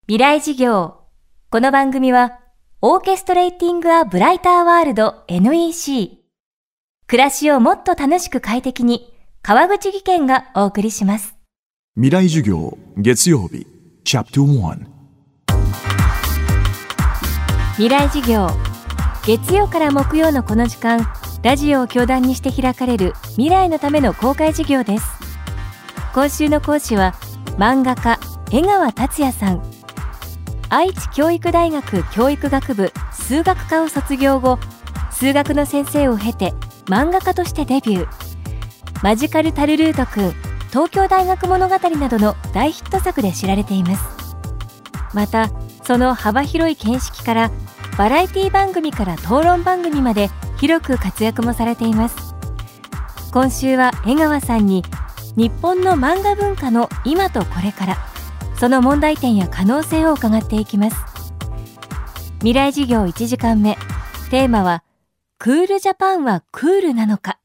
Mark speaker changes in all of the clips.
Speaker 1: 未来事業。この番組はオーケストレーティング・ア・ブライター・ワールド NEC 暮らしをもっと楽しく快適に川口義賢がお送りします。
Speaker 2: 未来授業月曜日チャプター1
Speaker 1: 未来事業月曜から木曜のこの時間、ラジオを教壇にして開かれる未来のための公開授業です。今週の講師は漫画家江川達也さん。愛知教育大学教育学部数学科を卒業後、数学の先生を経て漫画家としてデビュー。マジカルタルルートくん、東京大学物語などの大ヒット作で知られています。またその幅広い見識からバラエティ番組から討論番組まで広く活躍もされています。今週は江川さんに日本の漫画文化の今とこれから、その問題点や可能性を伺っていきます。未来事業1時間目、テーマはクールジャパンはクールなのか。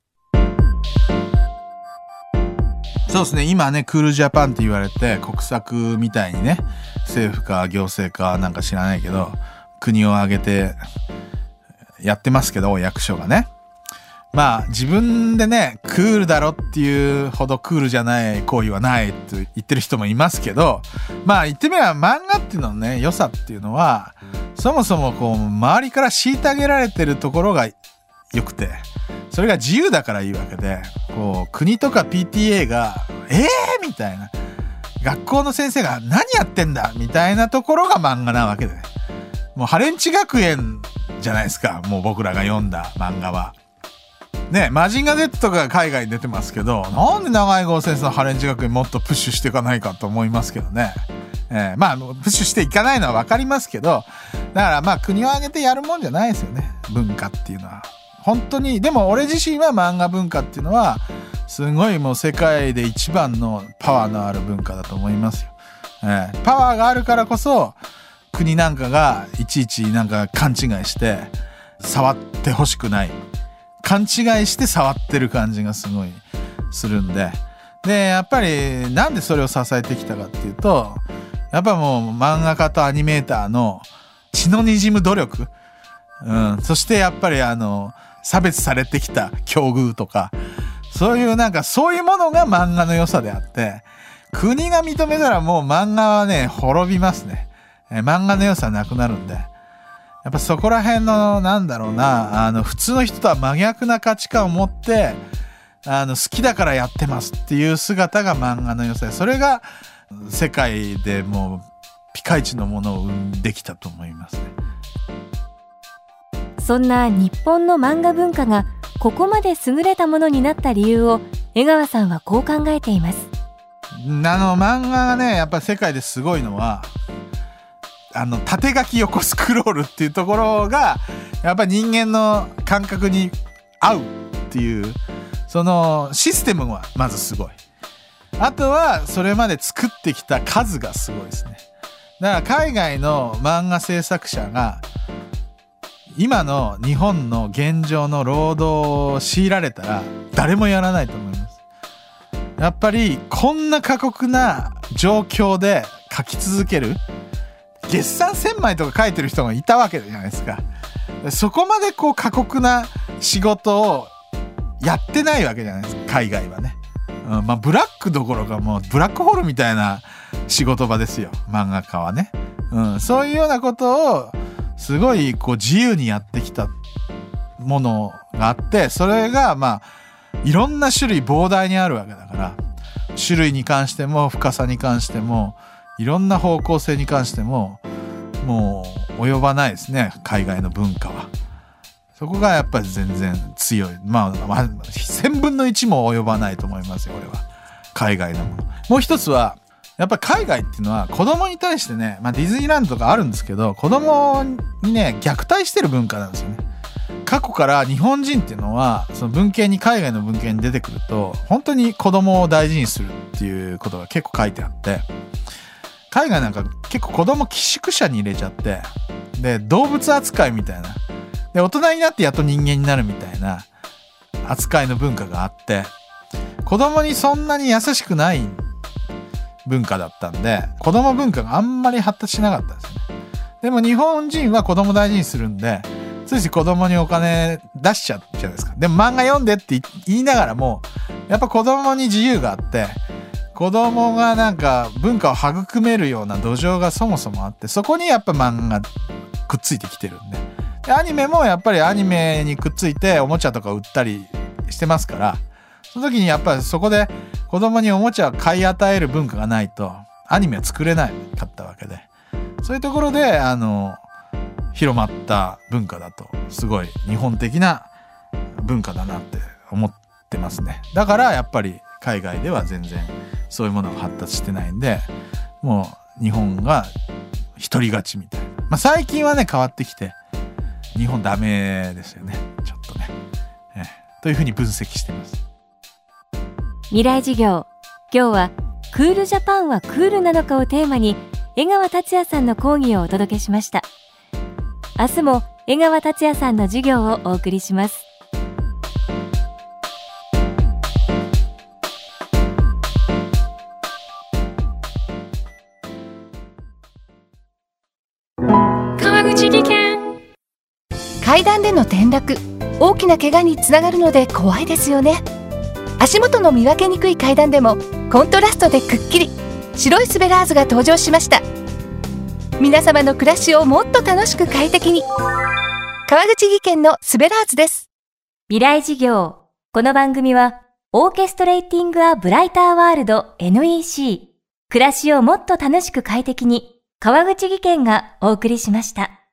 Speaker 3: そうですね、今ねクールジャパンって言われて国策みたいにね、政府か行政かなんか知らないけど国を挙げてやってますけど、役所がね、まあ自分でねクールだろっていうほどクールじゃない行為はないと言ってる人もいますけど、まあ言ってみれば漫画っていうののね良さっていうのは、そもそもこう周りから虐げられてるところが良くて、それが自由だからいいわけで、こう国とか PTA がみたいな、学校の先生が何やってんだみたいなところが漫画なわけでね、もうハレンチ学園じゃないですか、もう僕らが読んだ漫画はね。マジンガ Z とか海外に出てますけど、なんで長井豪先生のハレンチ学園もっとプッシュしていかないかと思いますけどね。まあプッシュしていかないのは分かりますけど、だからまあ国を挙げてやるもんじゃないですよね、文化っていうのは。本当にでも俺自身は漫画文化っていうのはすごいもう世界で一番のパワーのある文化だと思いますよ。パワーがあるからこそ国なんかがいちいちなんか勘違いして触ってほしくない、勘違いして触ってる感じがすごいするんで、やっぱりなんでそれを支えてきたかっていうと、やっぱもう漫画家とアニメーターの血の滲む努力、そしてやっぱり差別されてきた境遇とか、そういうなんかそういうものが漫画の良さであって、国が認めたらもう漫画はね滅びますね。漫画の良さなくなるんで、やっぱそこら辺のなんだろうな、普通の人とは真逆な価値観を持って好きだからやってますっていう姿が漫画の良さで、それが世界でもうピカイチのものを生んできたと思いますね。
Speaker 1: そんな日本の漫画文化がここまで優れたものになった理由を江川さんはこう考えています。
Speaker 3: 漫画がねやっぱり世界ですごいのは、縦書き横スクロールっていうところがやっぱり人間の感覚に合うっていう、そのシステムはまずすごい。あとはそれまで作ってきた数がすごいですね。だから海外の漫画制作者が今の日本の現状の労働を強いられたら誰もやらないと思います。やっぱりこんな過酷な状況で書き続ける、月産1000枚とか書いてる人がいたわけじゃないですか。そこまでこう過酷な仕事をやってないわけじゃないですか、海外はね。ブラックどころかもうブラックホールみたいな仕事場ですよ、漫画家はね。そういうようなことをすごいこう自由にやってきたものがあって、それがまあいろんな種類膨大にあるわけだから、種類に関しても深さに関してもいろんな方向性に関してももう及ばないですね、海外の文化は。そこがやっぱり全然強い。1000分の1も及ばないと思いますよ、俺は。海外のもの。もう一つはやっぱり海外っていうのは子供に対してね、ディズニーランドとかあるんですけど、子供にね虐待してる文化なんですよね。過去から日本人っていうのはその文献に、海外の文献に出てくると本当に子供を大事にするっていうことが結構書いてあって、海外なんか結構子供寄宿舎に入れちゃって、で動物扱いみたいな、で大人になってやっと人間になるみたいな扱いの文化があって、子供にそんなに優しくない文化だったんで、子供文化があんまり発達しなかったんですよね。でも日本人は子供大事にするんで、ついつい子供にお金出しちゃうじゃないですか。でも漫画読んでって言いながらも、やっぱ子供に自由があって、子供がなんか文化を育めるような土壌がそもそもあって、そこにやっぱ漫画がくっついてきてるんで。でアニメもやっぱりアニメにくっついておもちゃとか売ったりしてますから、その時にやっぱりそこで子供におもちゃを買い与える文化がないとアニメは作れなかったわけで、そういうところで広まった文化だと、すごい日本的な文化だなって思ってますね。だからやっぱり海外では全然そういうものが発達してないんで、もう日本が一人勝ちみたいな。最近はね変わってきて、日本ダメですよね、ちょっとね、というふうに分析しています。
Speaker 1: 未来授業、今日はクールジャパンはクールなのかをテーマに江川達也さんの講義をお届けしました。明日も江川達也さんの授業をお送りします。
Speaker 4: 川口技研。
Speaker 5: 階段での転落、大きな怪我につながるので怖いですよね。足元の見分けにくい階段でもコントラストでくっきり白いスベラーズが登場しました。皆様の暮らしをもっと楽しく快適に、川口技研のスベラーズです。
Speaker 1: 未来授業、この番組はオーケストレーティングアブライターワールド NEC、 暮らしをもっと楽しく快適に、川口技研がお送りしました。